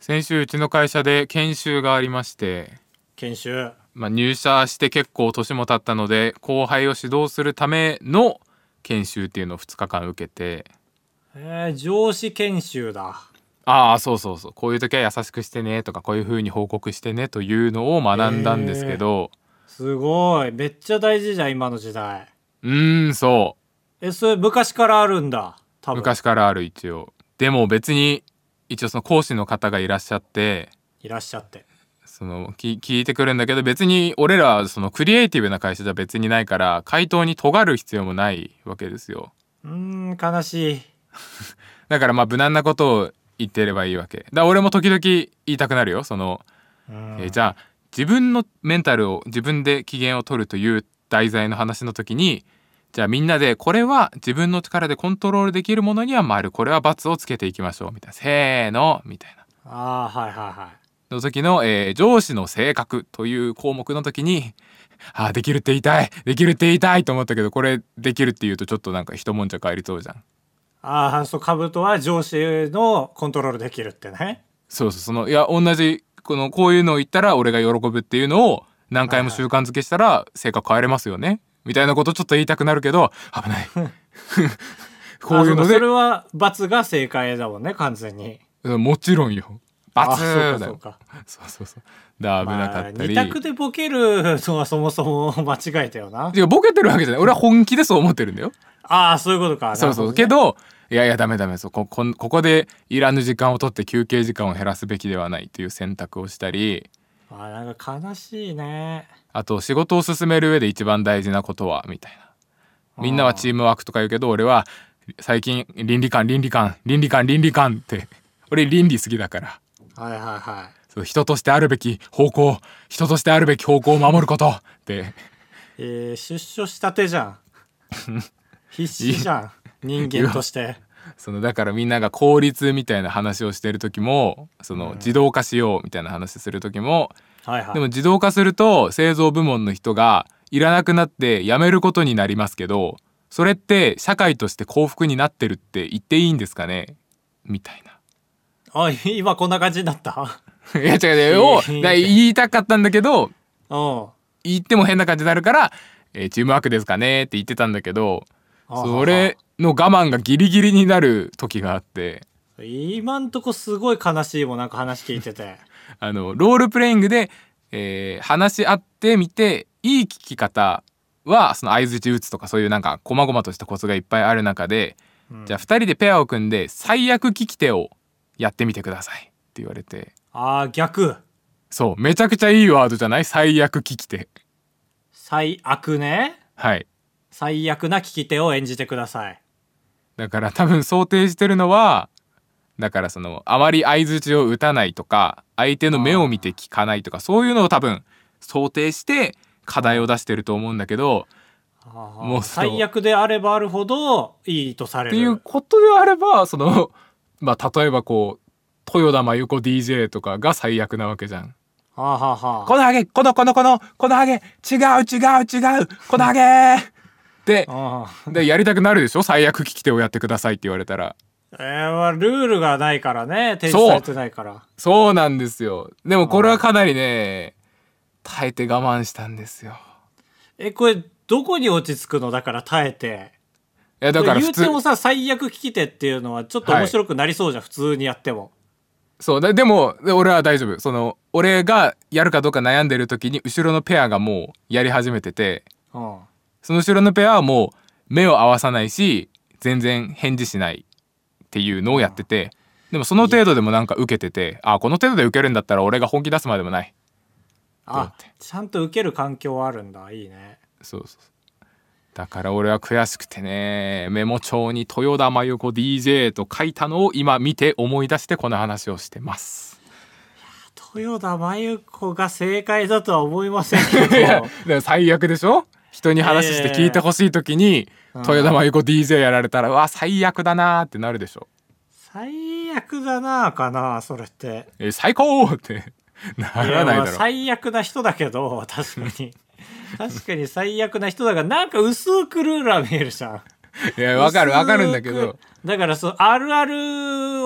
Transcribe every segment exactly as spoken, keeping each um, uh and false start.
先週うちの会社で研修がありまして、 研修、 まあ、入社して結構年も経ったので後輩を指導するための研修っていうのをふつかかん受けて、 えー、上司研修だ。 ああそうそうそう、こういう時は優しくしてねとかこういう風に報告してねというのを学んだんですけど、 すごい、めっちゃ大事じゃん今の時代。 うーんそうえ、それ昔からあるんだ多分。 昔からある。一応でも別に一応その講師の方がいらっしゃって、 いらっしゃって、 そのき聞いてくるんだけど、別に俺らそのクリエイティブな会社じゃ別にないから回答に尖る必要もないわけですよ。 うーん悲しい。 だからまあ無難なことを言ってればいいわけだから、俺も時々言いたくなるよ。その、 うんえーじゃあ自分のメンタルを自分で機嫌を取るという題材の話の時に、じゃあみんなでこれは自分の力でコントロールできるものには丸、これは×をつけていきましょうみたいな、せーのみたいなああはいはいはい。 の時の、えー上司の性格という項目の時に、あーできるって言いたいできるって言いたいと思ったけど、これできるって言うとちょっとなんか一悶着ありそうじゃん。 ああそう、兜は上司のコントロールできるってね。 そうそう、そのいや同じこのこういうのを言ったら俺が喜ぶっていうのを何回も習慣づけしたら性格変えれますよねみたいなことちょっと言いたくなるけど、危ないこういうので、 あそうか、それは×が正解だもんね完全に。 もちろんよ、 あ罰そうかだよ。 そうか。 そうそうそうだ、危なかったり、 まあ、二択でボケるのはそもそも間違えたよな。 いやボケてるわけじゃない、俺は本気でそう思ってるんだよ。 ああそういうことか。 そうそう、 なるほどねけどいやいやダメダメ、そうここここでいらぬ時間を取って休憩時間を減らすべきではないという選択をしたり、 あーなんか悲しいね。 あと仕事を進める上で一番大事なことはみたいな、みんなはチームワークとか言うけど俺は最近倫理観倫理観倫理観倫理観って俺倫理好きだから、 はいはいはい。 そう人としてあるべき方向人としてあるべき方向を守ることってえー、出所したてじゃん必死じゃん人間として。 そのだからみんなが効率みたいな話をしてる時も、その自動化しようみたいな話する時も、 はいはい。 でも自動化すると製造部門の人がいらなくなって辞めることになりますけど、それって社会として幸福になってるって言っていいんですかねみたいな。 あ今こんな感じになったいや違う違うをだ言いたかったんだけど、 うん言っても変な感じになるから、えーチームワークですかねって言ってたんだけど、それの我慢がギリギリになる時があって、 今んとこすごい悲しいもん、なんか話聞いててあのロールプレイングで、えー話し合ってみていい聞き方はその相槌打つとかそういうなんか細々としたコツがいっぱいある中で、 うんじゃあふたりでペアを組んで最悪聞き手をやってみてくださいって言われて、 あー逆。 そうめちゃくちゃいいワードじゃない、最悪聞き手。 最悪ね。 はい、 最悪な聞き手を演じてください。 だから多分想定してるのは、だからそのあまり相槌を打たないとか相手の目を見て聞かないとかそういうのを多分想定して課題を出してると思うんだけど、ももううそう最悪であればあるほどいいとされるっていうことであれば、そのまあ例えばこう豊田真由子 ディージェー とかが最悪なわけじゃん。 はあ、はあはあ、 このハゲこのこのこのこのハゲ違う違う違うこのハゲでああでやりたくなるでしょ、最悪聞き手をやってくださいって言われたら。 えーまあ、ルールがないからね、提示されてないから。 そうなんですよ。でもこれはかなりね耐えて我慢したんですよ。 えこれどこに落ち着くの？だから耐えて。 いやだから言普通うてもさ、最悪聞き手っていうのはちょっと面白くなりそうじゃん、はい、普通にやっても。 そうだ、でもで俺は大丈夫。その俺がやるかどうか悩んでる時に後ろのペアがもうやり始めてて、 うん、 その後ろのペアはもう目を合わさないし全然返事しないっていうのをやってて、うん、でもその程度でもなんか受けてて、あこの程度で受けるんだったら俺が本気出すまでもない。 あちゃんと受ける環境はあるんだ。いいね。 そうそうそう。だから俺は悔しくてね、メモ帳に豊田真由子 ディージェー と書いたのを今見て思い出してこの話をしてます。 豊田真由子が正解だとは思いませんけどいやでも最悪でしょ、人に話して聞いてほしい時に、えー、豊田真由子 ディージェー やられたらうわ最悪だなってなるでしょ。 最悪だなかなそれって。 え最高ってならないだろ。 最悪な人だけど確かに確かに最悪な人だがなんか薄くルールは見えるじゃん。 いやわかるわかるんだけど、 だからそうあるあるを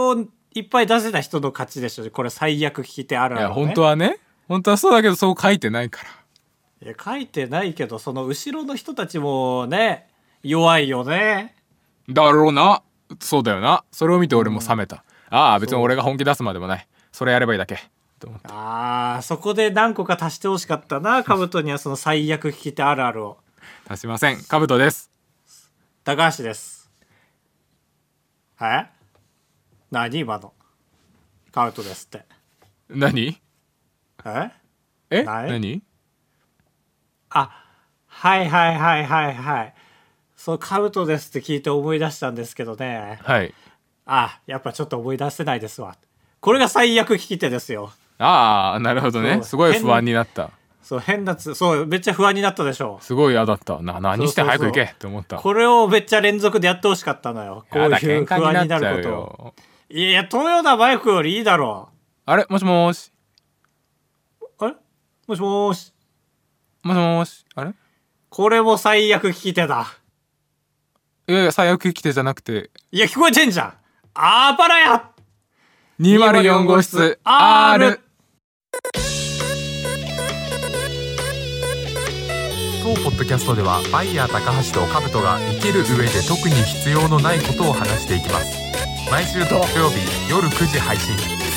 いっぱい出せた人の勝ちでしょ。これ最悪聞き手あるある、ね、 いや本当はね本当はそうだけどそう書いてないから。 いや書いてないけどその後ろの人たちもね弱いよね。 だろうな。そうだよな。それを見て俺も冷めた、うん、ああ別に俺が本気出すまでもない、それやればいいだけと思って。 ああそこで何個か足してほしかったな。カブトにはその最悪聞き手あるあるを。 足しません。カブトです。 高橋です。え何今のカブトですって何ええ何あはいはいはいはいはいそうカブトですって聞いて思い出したんですけどね。 はいあやっぱちょっと思い出せないですわ。これが最悪聞き手ですよ。 ああなるほどね。すごい不安になった。 そう変なつそうめっちゃ不安になったでしょ。 すごい嫌だったな。何して早く行けって思った。 これをめっちゃ連続でやってほしかったのよ。こういう不安になることを。いや豊田バイクよりいいだろう。 あれもしもーしあれもしもーしもしもーしあれこれも最悪聞き手だ。 いやいや最悪聞き手じゃなくて。 いや聞こえてんじゃん。あばらやにまるよん号室 R。 当ポッドキャストではバイヤー高橋とカブトが生きる上で特に必要のないことを話していきます。毎週土曜日夜くじ配信。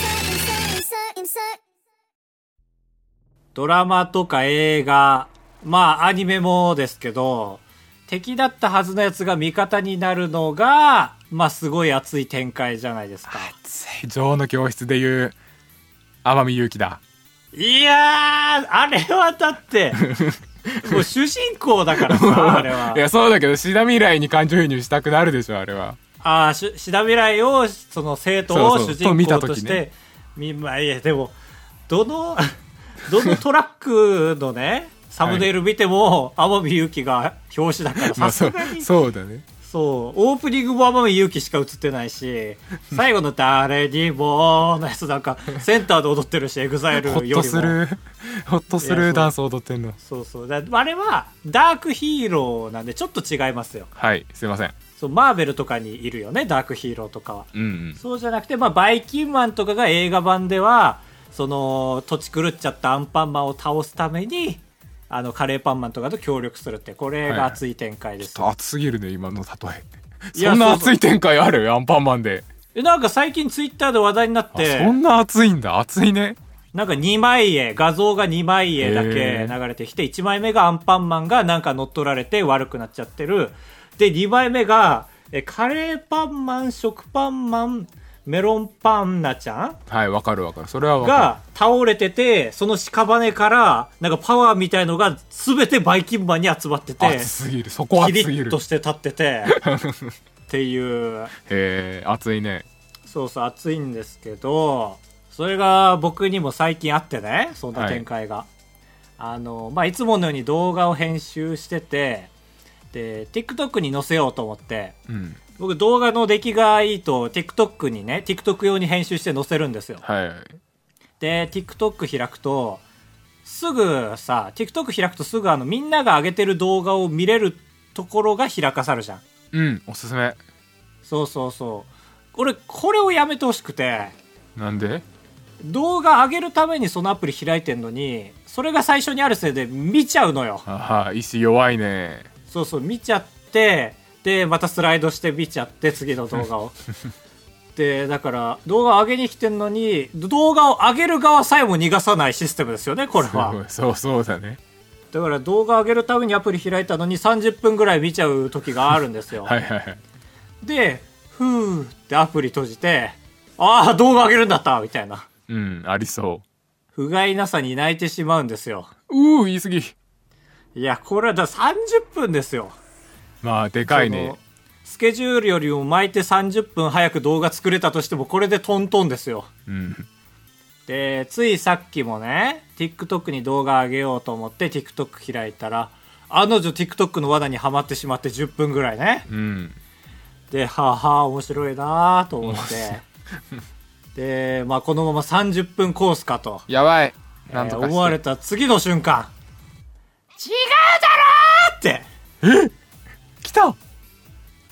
ドラマとか映画まあアニメもですけど敵だったはずのやつが味方になるのがまあすごい熱い展開じゃないですか。 熱い。女王の教室でいう天海祐希だ。 いやーあれはだってもう主人公だからさあれは。 いやそうだけど志田未来に感情移入したくなるでしょあれは。 ああ志田未来をその生徒を主人公として見まあいやでもどのどのトラックのねサムネイル見ても、はい、天海祐希が表紙だからさすがに、 まあ、そうだね。 そうオープニングも天海祐希しか映ってないし最後の誰にものやつなんかセンターで踊ってるしエグザイルよりもホッとするホッとするダンス踊ってんの。 そうそうだあれはダークヒーローなんでちょっと違いますよ。 はいすいません。 そうマーベルとかにいるよねダークヒーローとかは、 うんうん、 そうじゃなくて、まあ、バイキンマンとかが映画版ではその土地狂っちゃったアンパンマンを倒すためにあのカレーパンマンとかと協力するってこれが熱い展開です、 はいはい、ちょっと熱すぎるね今の例え。そんな熱い展開あるアンパンマンで。 えなんか最近ツイッターで話題になってそんな熱いんだ。熱いね。 なんかにまい絵画像がにまい絵だけ流れてきていちまいめがアンパンマンがなんか乗っ取られて悪くなっちゃってる。でにまいめがえカレーパンマン食パンマンメロンパンナちゃんはいわかるわかるそれはわかるが倒れててその屍からなんかパワーみたいのが全てバイキンマンに集まってて熱すぎる。そこ熱すぎる。 キリッとして立っててっていう。 へえ熱いね。 そうそう熱いんですけどそれが僕にも最近あってねそんな展開が、はいあのまあ、いつものように動画を編集しててで TikTok に載せようと思って、うん、僕動画の出来がいいと TikTok にね TikTok 用に編集して載せるんですよ、 はい、 で TikTok 開くとすぐさ TikTok 開くとすぐあのみんなが上げてる動画を見れるところが開かさるじゃん。 うんおすすめ。 そうそうそう俺これをやめてほしくて。 なんで？ 動画上げるためにそのアプリ開いてんのにそれが最初にあるせいで見ちゃうのよ。 あ意志弱いね。 そうそう見ちゃってでまたスライドして見ちゃって次の動画をでだから動画上げに来てんのに動画を上げる側さえも逃がさないシステムですよねこれは。 そうそうだね。 だから動画上げるためにアプリ開いたのにさんじゅっぷんぐらい見ちゃう時があるんですよはいはいはい。 でふーってアプリ閉じてああ動画上げるんだったみたいな。 うんありそう。 不甲斐なさに泣いてしまうんですよ。 うー言い過ぎ。 いやこれはださんじゅっぷんですよ。 まあでかいね。 スケジュールよりも巻いてさんじゅっぷん早く動画作れたとしてもこれでトントンですよ、 うん、 でついさっきもね TikTok に動画上げようと思って TikTok 開いたらあの女 TikTok の罠にはまってしまってじゅっぷんぐらいね、 うん、 ではあはあ面白いなと思ってでまあこのままさんじゅっぷんコースかとやばいなんとかして、 えー、思われた次の瞬間違うだろーってえ来た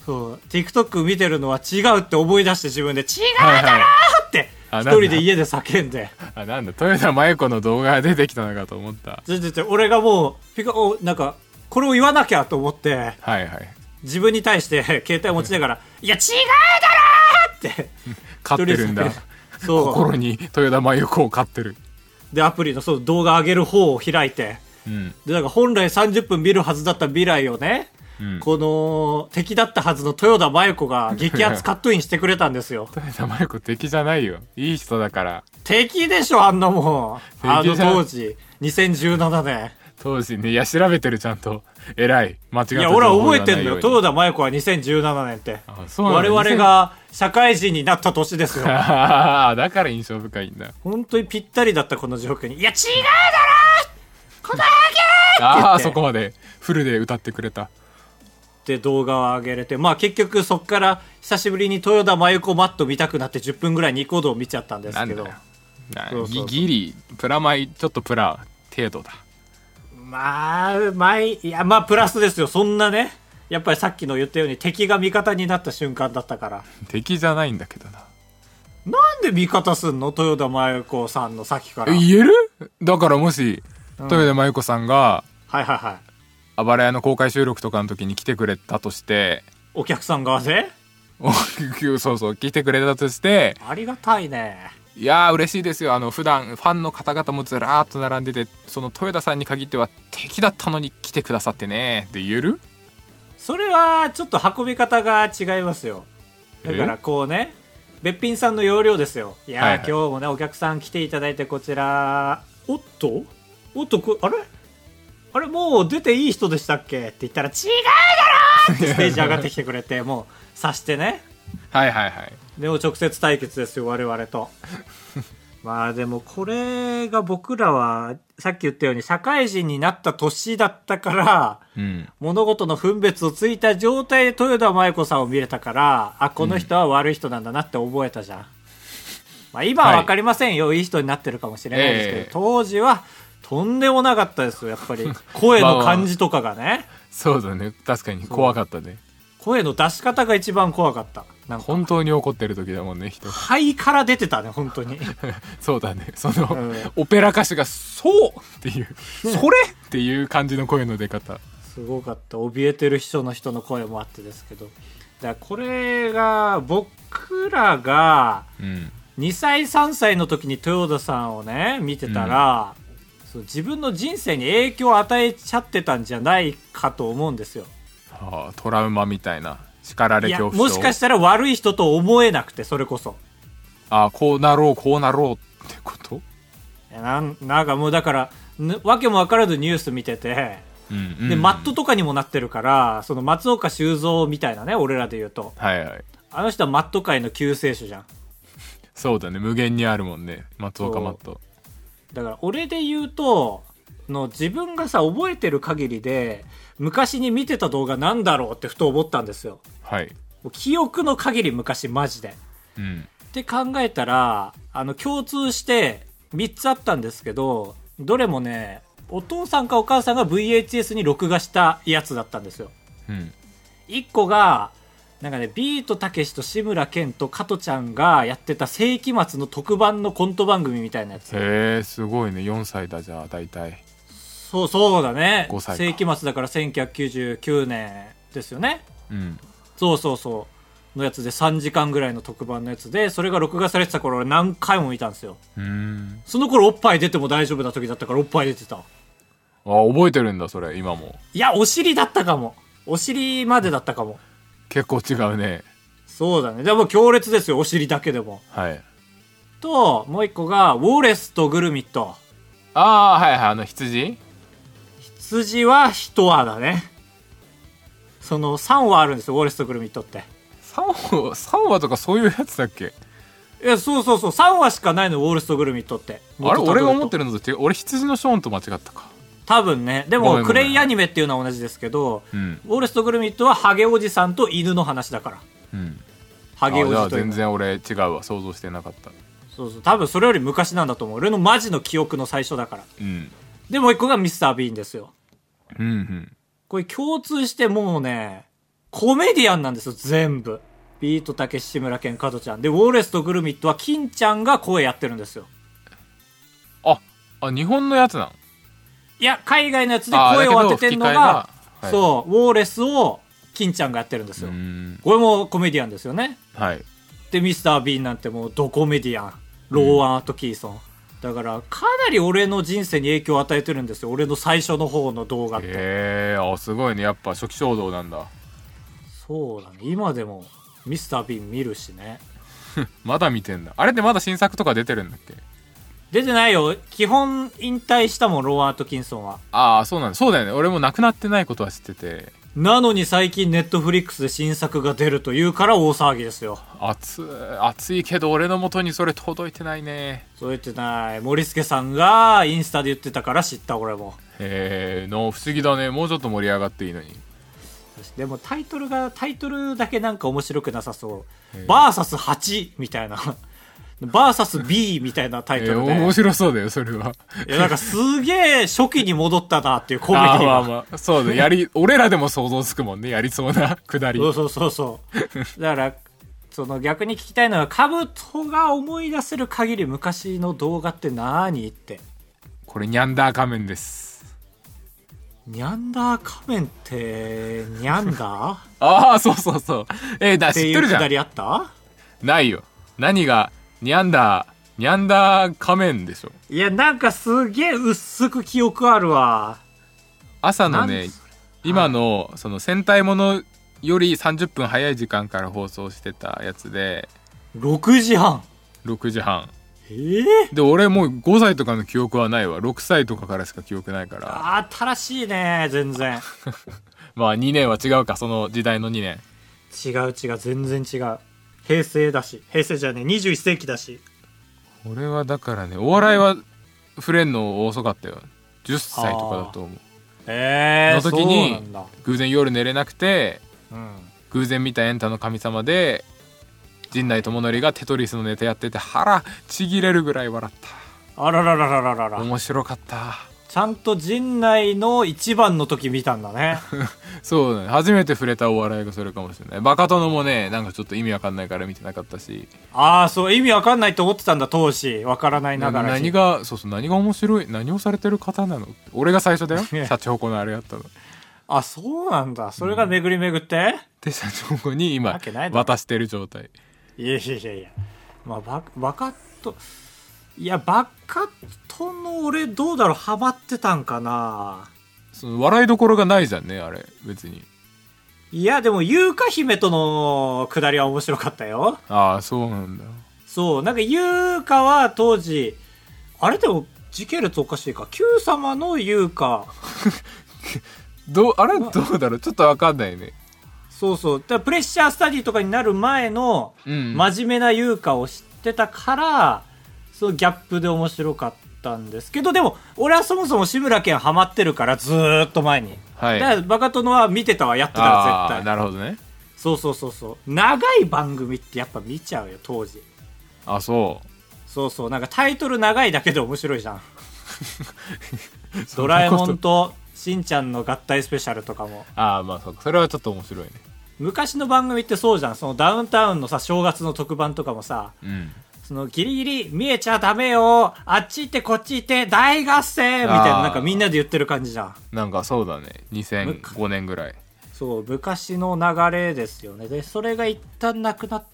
そう TikTok 見てるのは違うって思い出して自分で違うだろーって一人で家で叫んで、 あ、なんだ豊田真由子の動画が出てきたのかと思った。 ちょちょちょ俺がもうピカおなんかこれを言わなきゃと思って、 はいはい、 自分に対して携帯持ちながらいや違うだろーって飼ってるんだ。 そう心に豊田真由子を飼ってる。 でアプリのそう動画上げる方を開いて、うん、でなんか本来さんじゅっぷん見るはずだった未来をね、うん、この敵だったはずの豊田真由子が激アツカットインしてくれたんですよ。 豊田真由子敵じゃないよ、いい人だから。 敵でしょあんなもん。あの当時にせんじゅうななねん当時ね。いや調べてるちゃんと。偉い。間違った情報がないように。いや俺は覚えてんのよ、豊田真由子はにせんじゅうななねんって。あそうなんだ。我々が社会人になった年ですよ。 だから印象深いんだ。 本当にぴったりだったこの状況に。いや違うだろこのハゲああそこまでフルで歌ってくれたで動画を上げれて、まあ結局そっから久しぶりに豊田真由子マット見たくなってじゅっぷんぐらいニコ動見ちゃったんですけど。 なんギギリプラマイちょっとプラ程度だ。 まあ前いやまあプラスですよ。そんなねやっぱりさっきの言ったように敵が味方になった瞬間だったから。 敵じゃないんだけどな。 なんで味方すんの豊田真由子さんのさっきから。 言える？だからもし、うん、豊田真由子さんがはいはいはいあばら屋の公開収録とかの時に来てくれたとして、 お客さん側でそうそう来てくれたとして、 ありがたいね。 いやー嬉しいですよ。あの普段ファンの方々もずらーっと並んでて、その豊田さんに限っては敵だったのに来てくださってねって言える？ それはちょっと運び方が違いますよ。だからこうねべっぴんさんの要領ですよ。いやー、はいはい、今日もねお客さん来ていただいてこちらおっとおっとこあれあれもう出ていい人でしたっけって言ったら違うだろってステージ上がってきてくれてもう察してね。 はいはいはい。 でも直接対決ですよ我々と。まあでもこれが僕らはさっき言ったように社会人になった年だったから、うん、物事の分別をついた状態で豊田真由子さんを見れたから、あこの人は悪い人なんだなって覚えたじゃん、うん、まあ今は分かりませんよ、はい、いい人になってるかもしれないですけど、えー、当時はとんでもなかったですよやっぱり声の感じとかがね、まあまあ、 そうだね確かに怖かったね。 声の出し方が一番怖かった。なんか本当に怒ってる時だもんね人。 肺から出てたね本当に。 そうだねその、うん、オペラ歌手がそうっていう、ね、それっていう感じの声の出方すごかった。怯えてる人の人の声もあってですけど、だからこれが僕らがにさいさんさいの時に豊田さんをね見てたら、うん、そう自分の人生に影響を与えちゃってたんじゃないかと思うんですよ。 はあ、トラウマみたいな叱られ恐怖症。 いやもしかしたら悪い人と思えなくてそれこそああこうなろうこうなろうってこと。 いやなんなんかもうだからわけも分からずニュース見てて、うんうんうん、でマットとかにもなってるからその松岡修造みたいなね俺らで言うと、 はいはい、 あの人はマット界の救世主じゃん。 そうだね無限にあるもんね松岡マット。 だから俺で言うとの自分がさ覚えてる限りで昔に見てた動画なんだろうってふと思ったんですよ。 はいもう記憶の限り昔マジで、うん、って考えたらあの共通してみっつあったんですけどどれもねお父さんかお母さんが ブイエイチエス に録画したやつだったんですよ、うん、いっこがなんかねビートたけしと志村けんと加トちゃんがやってた世紀末の特番のコント番組みたいなやつ。 へえすごいねよんさいだじゃあ大体。 そうそうだねごさいか世紀末だからせんきゅうひゃくきゅうじゅうきゅうねんですよね、うん、そうそうそうのやつでさんじかんぐらいの特番のやつでそれが録画されてた頃俺何回も見たんですよ。うーんその頃おっぱい出ても大丈夫な時だったからおっぱい出てた。あ覚えてるんだそれ今も。 いやお尻だったかもお尻までだったかも。 結構違うね。 そうだねでも強烈ですよお尻だけでも。 はいともう一個がウォレスとグルミット。 ああはいはいあの羊羊はひとわだね。そのさんわあるんですよウォレスとグルミットって。 さんわ, さんわとかそういうやつだっけ。 いやそうそうそうさんわしかないのウォレスとグルミットって。 あれ俺が思ってるのと違う。俺羊のショーンと間違ったか多分ね。でもクレイアニメっていうのは同じですけど、うん、ウォレスとグルミットはハゲおじさんと犬の話だから、うん、ハゲおじという。 全然俺違うわ想像してなかった。 そうそう多分それより昔なんだと思う。俺のマジの記憶の最初だから、うん、でもう一個がミスター・ビーンですよ。うんうん、これ共通してもうねコメディアンなんですよ、全部。ビートたけし、志村けん、加トちゃん。で、ウォーレスとグルミットは、金ちゃんが声やってるんですよ。 あ、あ、日本のやつなん？ いや、海外のやつで声を当ててんのが、 がはい、 そう、ウォーレスを、金ちゃんがやってるんですよ。これもコメディアンですよね。 はい。 で、ミスター・ビーンなんてもう、ドコメディアン。ローアン・アトキーソン。うん、だから、かなり俺の人生に影響を与えてるんですよ。俺の最初の方の動画って。 へー、あ、すごいね。やっぱ初期衝動なんだ。 そうだね。今でも、ミスター・ビーン見るしね。 まだ見てんだ。あれってまだ新作とか出てるんだっけ？ 出てないよ。基本引退したもん、ローアン・アトキンソンは。 ああ、そうなんだ。そうだよね。俺も亡くなってないことは知ってて。 なのに最近ネットフリックスで新作が出るというから大騒ぎですよ。 熱い、熱いけど俺の元にそれ届いてないね。 届いてない。森助さんがインスタで言ってたから知った俺も。 へえ、の不思議だね。もうちょっと盛り上がっていいのに。 でもタイトルが、タイトルだけなんか面白くなさそう。バーサスはちみたいな。バーサス B みたいなタイトルで、 えー、面白そうだよそれは。 いやなんかすげえ初期に戻ったなっていうコメディが。 あ、まあまあそうだ、やり俺らでも想像つくもんね、やりそうなくだり。 そうそうそうそうだからその逆に聞きたいのは、カブトが思い出せる限り昔の動画って何って。 これニャンダー仮面です。 ニャンダー仮面ってニャンダーああ、そうそうそう。えー、だ知ってるじゃん。 っていうくだりあった？ ないよ。何がニャンダー、ニャンダー仮面でしょ。 いや、なんかすげえ薄く記憶あるわ。 朝のね、今のその戦隊ものよりさんじゅっぷん早い時間から放送してたやつで、 ろくじはん。 ろくじはん。 えー、 で俺もうごさいとかの記憶はないわ。ろくさいとかからしか記憶ないから。 あー、新しいね、全然。 まあにねんは違うか、その時代のにねん。 違う違う、全然違う。平成だし、平成じゃねえ、にじゅういっ世紀だし。 俺はだからね、お笑いは触れんの遅かったよ。じゅっさいとかだと思う。 えー、 の時にそうなんだ。 偶然夜寝れなくて、 うん、 偶然見たエンタの神様で陣内智則がテトリスのネタやってて腹ちぎれるぐらい笑った。 あららららららら。 面白かった。 ちゃんと陣内の一番の時見たんだね。 そうだね、初めて触れたお笑いがそれかもしれない。バカ殿もね、なんかちょっと意味わかんないから見てなかったし。 ああ、そう意味わかんないと思ってたんだ当時。わからないながらに。 何が、そうそう、何が面白い、何をされてる方なの。俺が最初だよ。シャチホコのあれやったの。 あ、そうなんだ。それが巡り巡って、うん、 でシャチホコに今渡してる状態。 いやいやいやいや、まあババカと、いやバカとの俺どうだろう、ハマってたんかな。 その笑いどころがないじゃんね、あれ別に。 いやでも優香姫とのくだりは面白かったよ。 ああ、そうなんだ。 そう、なんか優香は当時、あれでも時系列おかしいか、Q 様の優香どう、あれどうだろう、ちょっとわかんないね。 そうそう、だからプレッシャースタディとかになる前の真面目な優香を知ってたから、うん、そのギャップで面白かったんですけど、でも俺はそもそも志村けんハマってるからずーっと前に、はい、だからバカ殿は見てたわ、やってたら絶対。 なるほどね。 そうそうそうそう、長い番組ってやっぱ見ちゃうよ当時。 あ、そう。 そうそう、なんかタイトル長いだけで面白いじゃん。ドラえもんとしんちゃんの合体スペシャルとかも。 ああ、まあそうか、それはちょっと面白いね。 昔の番組ってそうじゃん。そのダウンタウンのさ、正月の特番とかもさ、うん、そのギリギリ見えちゃダメよ、あっち行ってこっち行って大合戦みたいな、なんかみんなで言ってる感じじゃん。 なんかそうだね、にせんごねんぐらい。 そう、昔の流れですよね。でそれが一旦なくなって、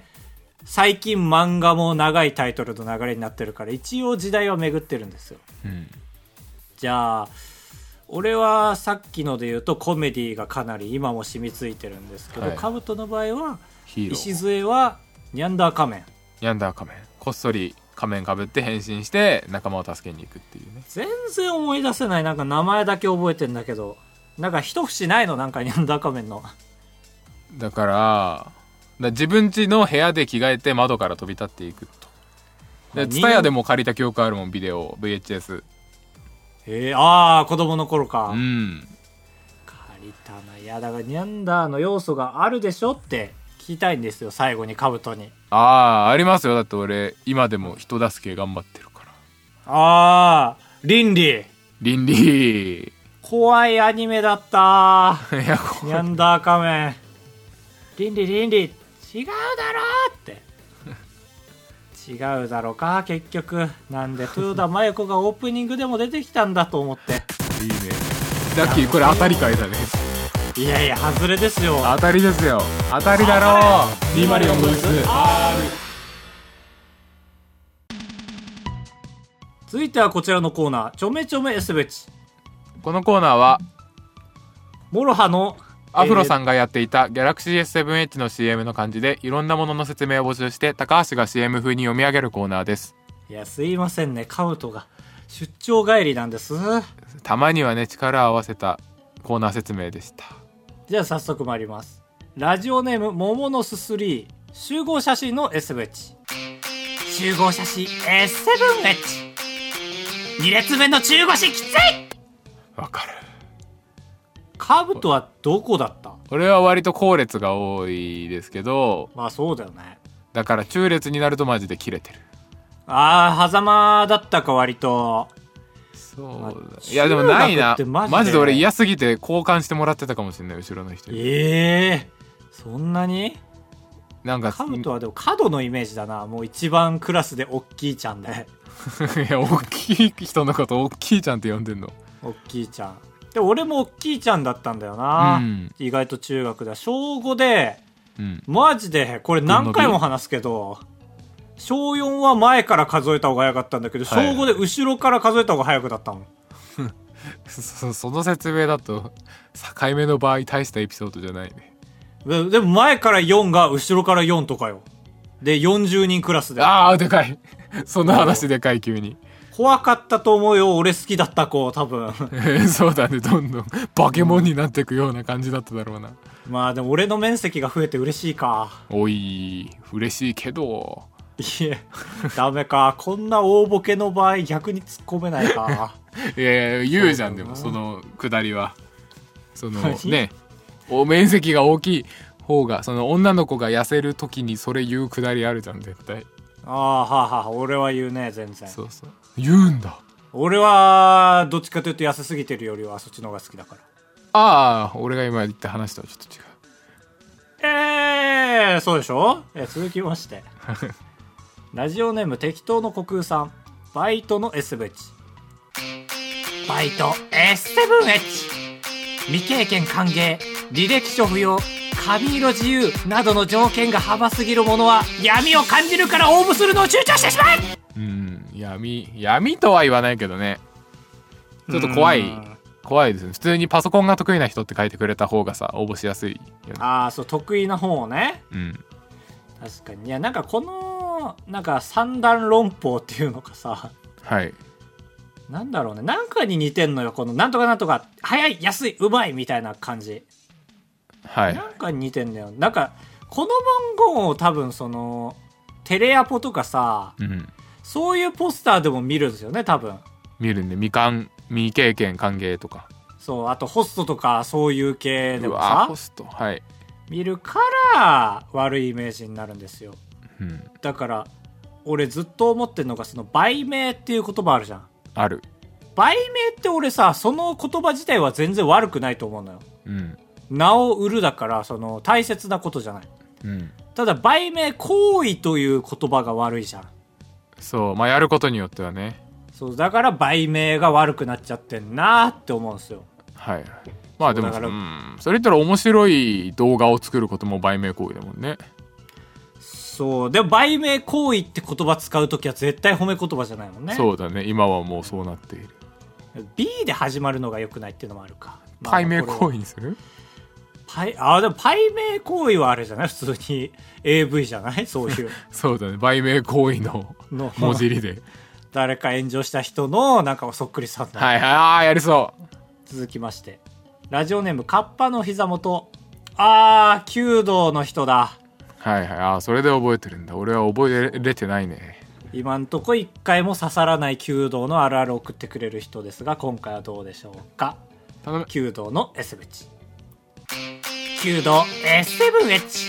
最近漫画も長いタイトルの流れになってるから、一応時代は巡ってるんですよ、うん、じゃあ俺はさっきので言うとコメディがかなり今も染みついてるんですけど、カブトの場合は礎はニャンダー仮面。 ニャンダー仮面、こっそり仮面かぶって変身して仲間を助けに行くっていうね。 全然思い出せない。なんか名前だけ覚えてんだけど、なんか一節ないの、なんかニャンダー仮面の。 だからだ自分家の部屋で着替えて窓から飛び立っていくと。ツタヤでも借りた記憶あるもん、ビデオ ブイエイチエス。 へえ、ああ、子供の頃か。 うん。 借りたな。いや、だからニャンダーの要素があるでしょって聞きたいんですよ、最後にカブトに。 ああ、ありますよ。だって俺今でも人助け頑張ってるから。 ああ、倫理。 倫理。 怖いアニメだった。 いや、 ニャンダー仮面。 倫理倫理違うだろって違うだろか結局。なんで豊田真由子がオープニングでも出てきたんだと思って。 いいね。ラッキー、これ当たり会だね。 いやいや外れですよ。 当たりですよ。当たりだろう。にまるよんブース R。 続いてはこちらのコーナー、ちょめちょめエスベチ。 このコーナーはモロハのアフロさんがやっていた Galaxy エスセブンエイチ の シーエム の感じでいろんなものの説明を募集して高橋が シーエム 風に読み上げるコーナーです。 いやすいませんね、カウトが出張帰りなんです。 たまにはね力を合わせたコーナー説明でした。 じゃあ早速参ります。ラジオネームモモノススリー、集合写真の エスベチ。集合写真 エスセブンエイチ、 に列目の中腰きつい。 わかる。 カブトはどこだった？ 俺は割と後列が多いですけど、 まあそうだよね。 だから中列になるとマジで切れてる。 ああ狭間だったか割と。 そうだ。いやでもないな、 マジでマジで俺嫌すぎて交換してもらってたかもしれない、後ろの人に。 ええー、そんなに？ なんかカブトはでも角のイメージだな。もう一番クラスでおっきいちゃんでいや大きい人のことおっきいちゃんって呼んでんの？ おっきいちゃんで、俺もおっきいちゃんだったんだよな、うん、意外と中学で小ごで、うん、マジでこれ何回も話すけど、小よんは前から数えた方が早かったんだけど、小ごで後ろから数えた方が早くだったもん、はい、 そ, その説明だと境目の場合大したエピソードじゃないね。 で, でも前からよんが後ろからよんとかよ。でよんじゅうにんクラスで。 ああでかいその話でかい。急に怖かったと思うよ、俺好きだった子多分そうだね、どんどんバケモンになっていくような感じだっただろうな。 まあでも俺の面積が増えて嬉しいか。 おい嬉しいけど、 いえダメかこんな大ボケの場合逆に突っ込めないかいやいや言うじゃん。でもそのくだりはそのねお面積が大きい方が、その女の子が痩せる時にそれ言うくだりあるじゃん絶対。 ああはあはあ、俺は言うね全然。 そうそう言うんだ。 俺はどっちかというと痩せすぎてるよりはそっちの方が好きだから。 ああ俺が今言った話とはちょっと違う。えーそうでしょ。え続きましてラジオネーム適当の虚空さん、バイトの エスベチ。バイト エスセブンエイチ、 未経験歓迎、履歴書不要、髪色自由などの条件が幅すぎるものは闇を感じるから応募するのを躊躇してしまう。 うん闇闇とは言わないけどね、ちょっと怖い怖いですね。普通にパソコンが得意な人って書いてくれた方がさ応募しやすいよね。 ああそう得意な方をね。 うん確かに。いやなんかこのなんか三段論法っていうのかさ、 はいなんだろうね、なんかに似てんのよ、このなんとかなんとか早い安いうまいみたいな感じ。 はいなんかに似てんだよ。なんかこの文言を多分そのテレアポとかさ、うん、そういうポスターでも見るんですよね多分。 見るね、未完未経験歓迎とか。 そう、あとホストとかそういう系でもさ、 うわホストはい見るから悪いイメージになるんですよ、 うん、 だから俺ずっと思ってるのがその売名っていう言葉あるじゃん。 ある。 売名って俺さその言葉自体は全然悪くないと思うのよ、うん、名を売るだからその大切なことじゃない、うん、ただ売名行為という言葉が悪いじゃん。 そうまあやることによってはね。 そうだから売名が悪くなっちゃってんなって思うんですよ。 はいまあでもそ,、うん、それ言ったら面白い動画を作ることも売名行為だもんね。 そうでも売名行為って言葉使うときは絶対褒め言葉じゃないもんね。 そうだね今はもうそうなっている。 B で始まるのが良くないっていうのもあるか。 売名行為にする。 パイあでも売名行為はあれじゃない普通に エーブイ じゃないそういうそうだね売名行為の文字入りで誰か炎上した人のなんかそっくりさんの。 はいはいあやりそう。 続きましてラジオネームカッパの膝元。あー弓道の人だ。 はいはいあそれで覚えてるんだ。俺は覚えれてないね。 今んとこ一回も刺さらない弓道のあるある送ってくれる人ですが今回はどうでしょうか。 頼む。 弓道の エスベチ。弓道 エスセブンエイチ。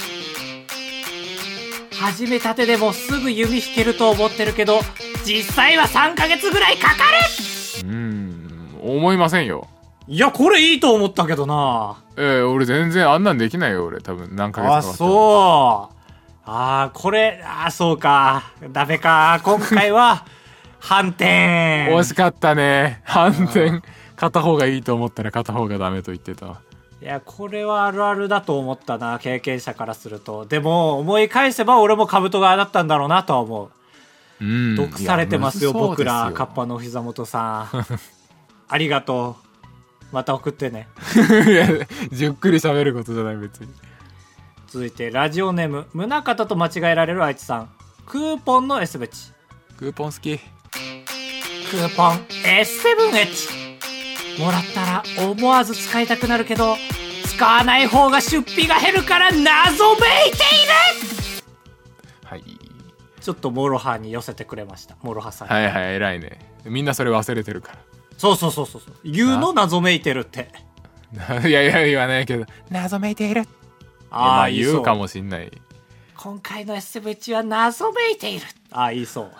始めたてでもすぐ弓引けると思ってるけど実際はさんかげつぐらいかかる。 うーん思いませんよ。 いやこれいいと思ったけどな。 えー、俺全然あんなんできないよ俺多分何ヶ月かあそうあーこれあーそうかダメか今回は反転惜しかったね反転片方がいいと思ったら片方がダメと言ってた。 いやこれはあるあるだと思ったな経験者からすると。でも思い返せば俺も兜側だったんだろうなとは思う。 うん、 毒されてますよ僕らカッパパのお膝元さんありがとうまた送ってねいやじっくり喋ることじゃない別に。 続いてラジオネーム宗像と間違えられるあいつさん。クーポンの S ベチ。 クーポン好き。 クーポン エスセブンエイチ もらったら思わず使いたくなるけど使わない方が出費が減るから謎めいている。 はいちょっとモロハに寄せてくれましたモロハさん。 はいはい偉いね。みんなそれ忘れてるかそうそうそうそう言うの謎めいてるってらいやいや言わないけど謎めいているあまあ言いそう言うかもしんない。 今回の エスブイエイチ は謎めいているああ言いそう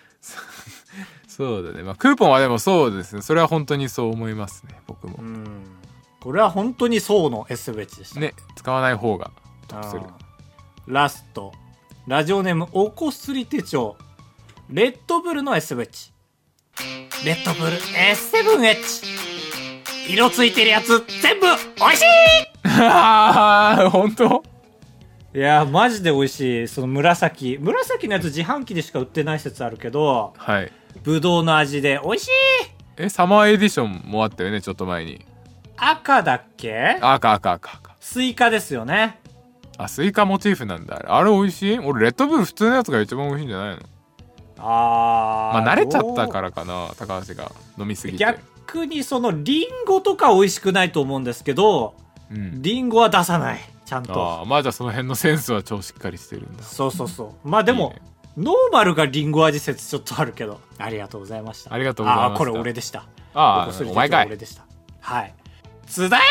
そうだね、まあ、クーポンはでもそうですねそれは本当にそう思いますね僕も。 うんこれは本当にそうの エスブイエイチ でしたね使わない方が得する。 ラストラジオネームおこすり手帳。レッドブルの エスブイエイチ。レッドブル エスセブンエイチ 色ついてるやつ全部おいしいああ本当。 いやマジで美味しい。その紫紫のやつ自販機でしか売ってない説あるけどはいぶどうの味で美味しい。 えサマーエディションもあったよねちょっと前に。 赤だっけ。 赤赤赤赤スイカですよね。 あスイカモチーフなんだあれ。あれ美味しい。俺レッドブル普通のやつが一番美味しいんじゃないの。 あーまあ慣れちゃったからかな高橋が飲みすぎて。 逆にそのリンゴとか美味しくないと思うんですけど、 うん、 リンゴは出さないちゃんと。 あまあじゃあその辺のセンスは超しっかりしてるんだ。 そうそうそうまあでもいい、ね、ノーマルがリンゴ味説ちょっとあるけどありがとうございました。 ありがとうございました。 あこれ俺でした。 ああお前かい。 俺でしたはいつだえ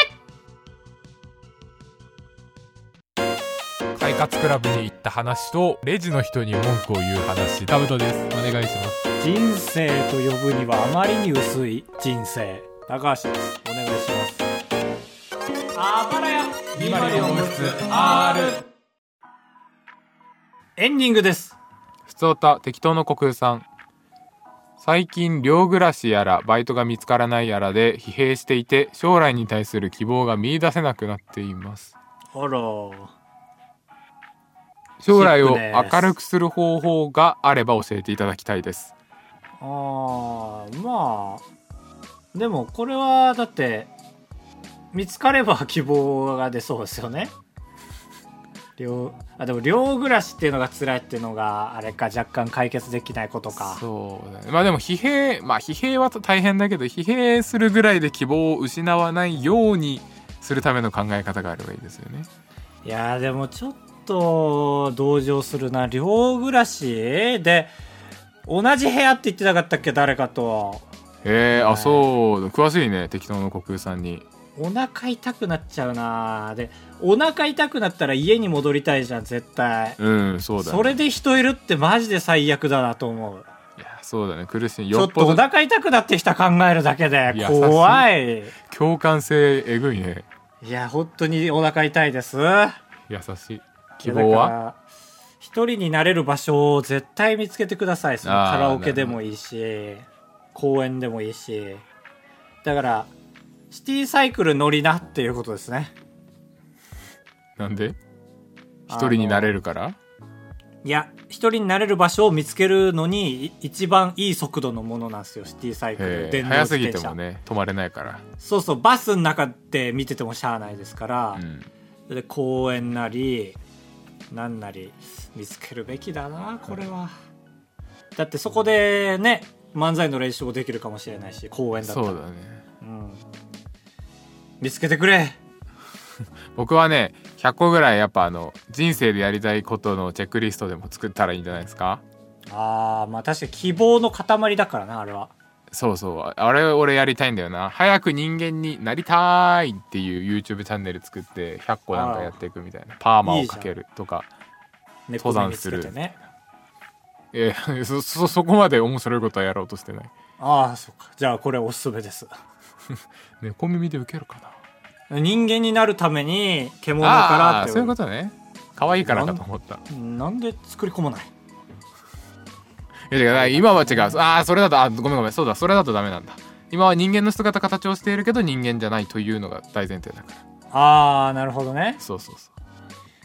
快活クラブに行った話とレジの人に文句を言う話。タブトですお願いします。 人生と呼ぶにはあまりに薄い人生高橋です。お願いします。あばらやにまるよん号室 R エンディングです。 ふつおた適当の国空さん。最近寮暮らしやらバイトが見つからないやらで疲弊していて将来に対する希望が見出せなくなっています。 あら将来を明るくする方法があれば教えていただきたいです。 あーまあでもこれはだって見つかれば希望が出そうですよね。寮あでも寮暮らしっていうのが辛いっていうのがあれか若干解決できないことか。 そうだね。まあでも疲弊まあ疲弊は大変だけど疲弊するぐらいで希望を失わないようにするための考え方があればいいですよね。 いやでもちょっと同情するな。寮暮らしで同じ部屋って言ってなかったっけ誰かと。 へえ、あそう詳しいね適当の国空さんに。 お腹痛くなっちゃうな。でお腹痛くなったら家に戻りたいじゃん絶対。 うんそうだね。 それで人いるってマジで最悪だなと思う。 いやそうだね苦しい。 よっぽどちょっとお腹痛くなってきた考えるだけで怖い。 共感性えぐいね。 いや本当にお腹痛いです。 優しい。希望は一人になれる場所を絶対見つけてください。そのカラオケでもいいし公園でもいいし。だからシティサイクル乗りなっていうことですね。 なんで一人になれるから。 いや一人になれる場所を見つけるのに一番いい速度のものなんですよシティサイクル。電動速自転車すぎてもね止まれないから。 そうそうバスの中で見ててもしゃあないですから、 うん、 で公園なりなんなり見つけるべきだなこれは。だってそこでね漫才の練習もできるかもしれないし公園だったら。 そうだね、 うん、見つけてくれ。 僕はねひゃっこぐらいやっぱあの人生でやりたいことのチェックリストでも作ったらいいんじゃないですか。 あーまあ確かに希望の塊だからなあれは。 そうそうあれ俺やりたいんだよな。早く人間になりたいっていう YouTube チャンネル作ってひゃっこなんかやっていくみたいな。パーマをかけるとか登山する。 ね、 えー、そ, そ, そこまで面白いことはやろうとしてない。 ああそっかじゃあこれおすすめです猫耳で受けるかな。 人間になるために獣からって。 そういうことね。可愛いからかと思った。 なんで作り込まない。 いや今は違う。ああそれだとあごめんごめんそうだそれだとダメなんだ。今は人間の姿形をしているけど人間じゃないというのが大前提だから。 ああなるほどね。 そうそうそう。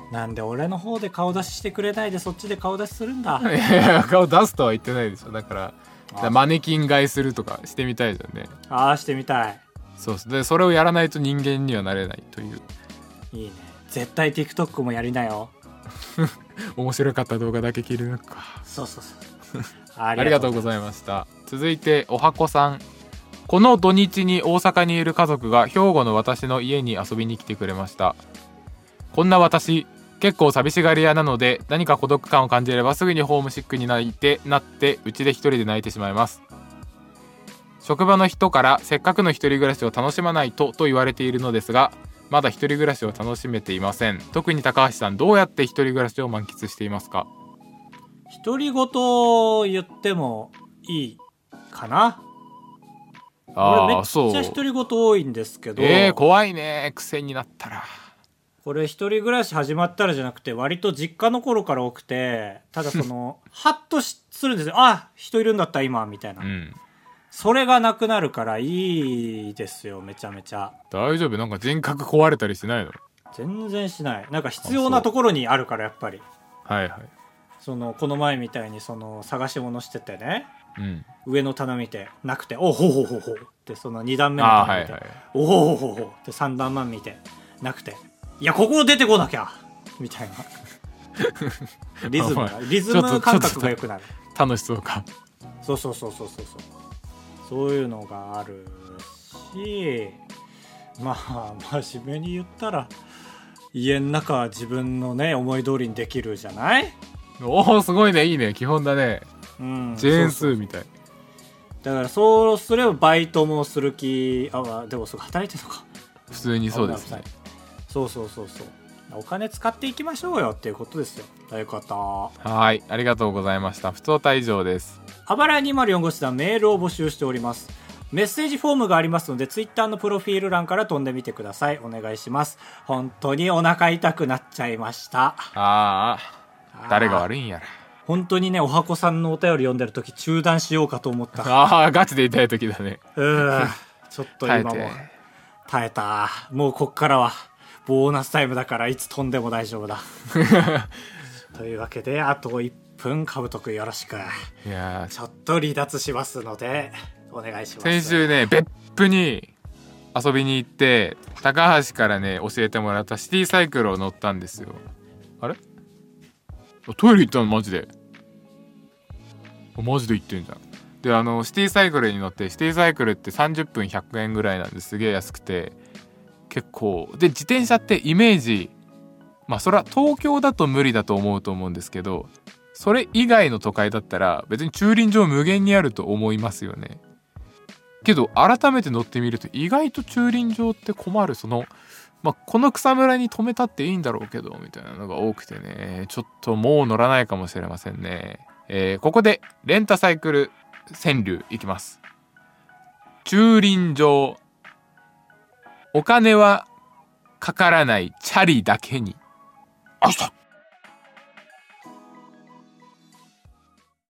なんで俺の方で顔出ししてくれないでそっちで顔出しするんだ。 いやいや顔出すとは言ってないでしょ。だからからマネキン買いするとかしてみたいじゃんね。 ああしてみたい。 そうでそれをやらないと人間にはなれないという。 いいね。絶対 TikTok もやりなよ。 面白かった動画だけ切り抜くか。 そうそうそうありがとうございました。続いておはこさん。この土日に大阪にいる家族が兵庫の私の家に遊びに来てくれました。こんな私結構寂しがり屋なので何か孤独感を感じればすぐにホームシックになってなってうちで一人で泣いてしまいます。職場の人からせっかくの一人暮らしを楽しまないとと言われているのですがまだ一人暮らしを楽しめていません。特に高橋さんどうやって一人暮らしを満喫していますか？ 独り言言ってもいいかな。 あ俺めっちゃ独り言多いんですけど。 えー、怖いね癖になったら。 これ一人暮らし始まったらじゃなくて割と実家の頃から多くてただそのハッとするんですよ。あ人いるんだった今みたいな、うん、それがなくなるからいいですよめちゃめちゃ。 大丈夫？なんか人格壊れたりしないの？ 全然しない。なんか必要なところにあるからやっぱり。 はいはい。 そのこの前みたいにその探し物しててね、 うん、 上の棚見てなくておほほほほってそのに段目の棚見て、はいはい、おほほほほってさん段目見てなくていやここ出てこなきゃみたいなリズムがリズム感覚が良くなる。 楽しそうか。 そうそうそうそうそうそうそういうのがあるしまあ真面目に言ったら家の中は自分のね思い通りにできるじゃない。 おおすごいねいいね基本だね、うん、ジェーンスーみたい。そうそうだからそうすればバイトもする気あでもそう働いてるのか普通にそうですね。 そうそうそうそうお金使っていきましょうよっていうことですよ。ということはいありがとうございました。ふつおた以上です。 あばらやにまるよん号室ではメールを募集しております。メッセージフォームがありますのでツイッターのプロフィール欄から飛んでみてください。お願いします。本当にお腹痛くなっちゃいました。 ああ誰が悪いんやら。 本当にねおはこさんのお便り読んでる時中断しようかと思った。 ああガチで痛い時だね。 うんちょっと今も耐え耐えた。もうこっからはボーナスタイムだからいつ飛んでも大丈夫だというわけであといっぷんかぶとくよろしく。いやちょっと離脱しますのでお願いします。 先週ね別府に遊びに行って高橋からね教えてもらったシティサイクルを乗ったんですよ。あれトイレ行ったのマジでマジで行ってんじゃん。であのシティサイクルに乗ってシティサイクルってさんじゅっぷんひゃくえんぐらいなんですげえ安くて結構で自転車ってイメージまあそれは東京だと無理だと思うと思うんですけどそれ以外の都会だったら別に駐輪場無限にあると思いますよね。けど改めて乗ってみると意外と駐輪場って困る。そのまあこの草むらに止めたっていいんだろうけどみたいなのが多くてねちょっともう乗らないかもしれませんね。えー、ここでレンタサイクル川柳いきます。駐輪場お金はかからないチャリだけにあっ